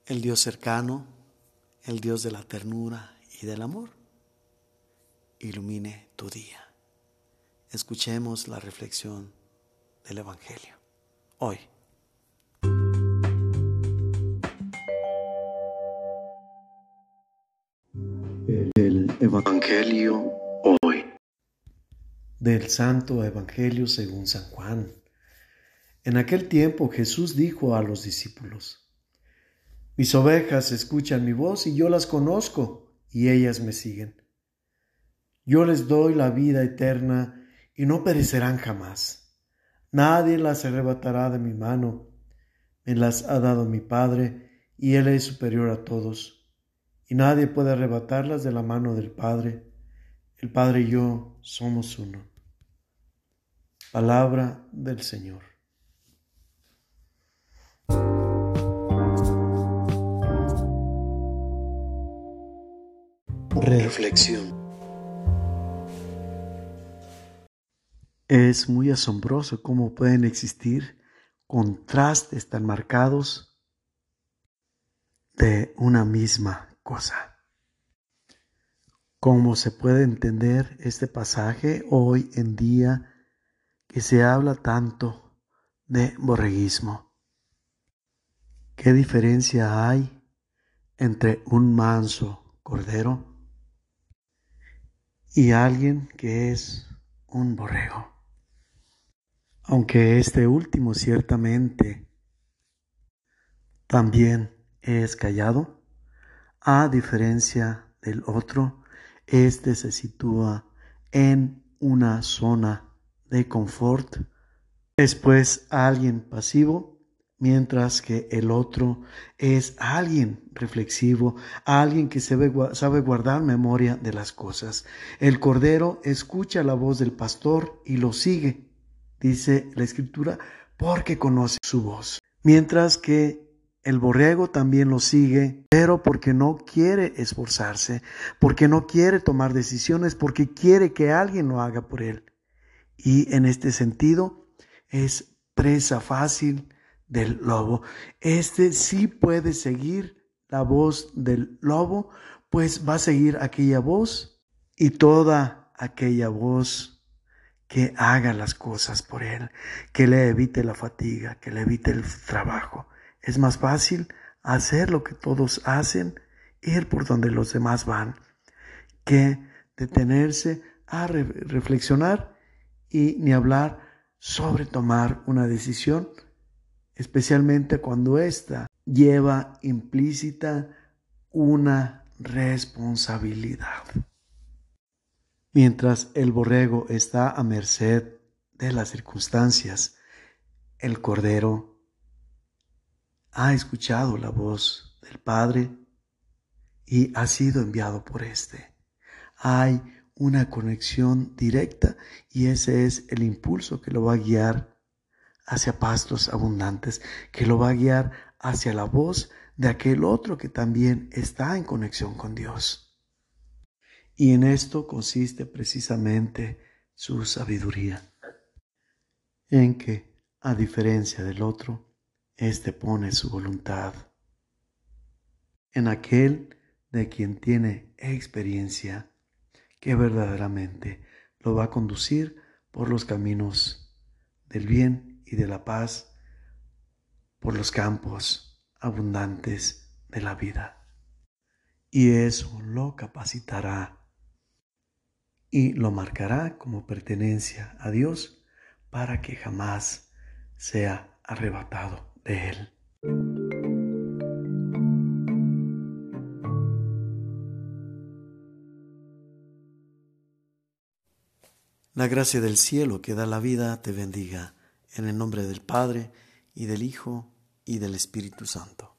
el Dios cercano, el Dios de la ternura y del amor, ilumine tu día. Escuchemos la reflexión del Evangelio. Hoy. El Evangelio hoy. Del Santo Evangelio según San Juan. En aquel tiempo Jesús dijo a los discípulos: Mis ovejas escuchan mi voz y yo las conozco y ellas me siguen. Yo les doy la vida eterna y no perecerán jamás. Nadie las arrebatará de mi mano. Me las ha dado mi Padre y Él es superior a todos. Y nadie puede arrebatarlas de la mano del Padre. El Padre y yo somos uno. Palabra del Señor. Reflexión. Es muy asombroso cómo pueden existir contrastes tan marcados de una misma cosa. ¿Cómo se puede entender este pasaje hoy en día que se habla tanto de borreguismo? ¿Qué diferencia hay entre un manso cordero y alguien que es un borrego? Aunque este último ciertamente también es callado, a diferencia del otro, este se sitúa en una zona de confort. Es pues alguien pasivo, mientras que el otro es alguien reflexivo, alguien que sabe guardar memoria de las cosas. El cordero escucha la voz del pastor y lo sigue, dice la Escritura, porque conoce su voz. Mientras que el borrego también lo sigue, pero porque no quiere esforzarse, porque no quiere tomar decisiones, porque quiere que alguien lo haga por él. Y en este sentido es presa fácil del lobo. Este sí puede seguir la voz del lobo, pues va a seguir aquella voz y toda aquella voz que haga las cosas por él, que le evite la fatiga, que le evite el trabajo. Es más fácil hacer lo que todos hacen, ir por donde los demás van, que detenerse a reflexionar y ni hablar sobre tomar una decisión, especialmente cuando ésta lleva implícita una responsabilidad. Mientras el borrego está a merced de las circunstancias, el cordero ha escuchado la voz del Padre y ha sido enviado por éste. Hay una conexión directa y ese es el impulso que lo va a guiar hacia pastos abundantes, que lo va a guiar hacia la voz de aquel otro que también está en conexión con Dios. Y en esto consiste precisamente su sabiduría, en que, a diferencia del otro, éste pone su voluntad en aquel de quien tiene experiencia, que verdaderamente lo va a conducir por los caminos del bien y de la paz, por los campos abundantes de la vida. Y eso lo capacitará y lo marcará como pertenencia a Dios para que jamás sea arrebatado de Él. La gracia del cielo que da la vida te bendiga, en el nombre del Padre, y del Hijo, y del Espíritu Santo.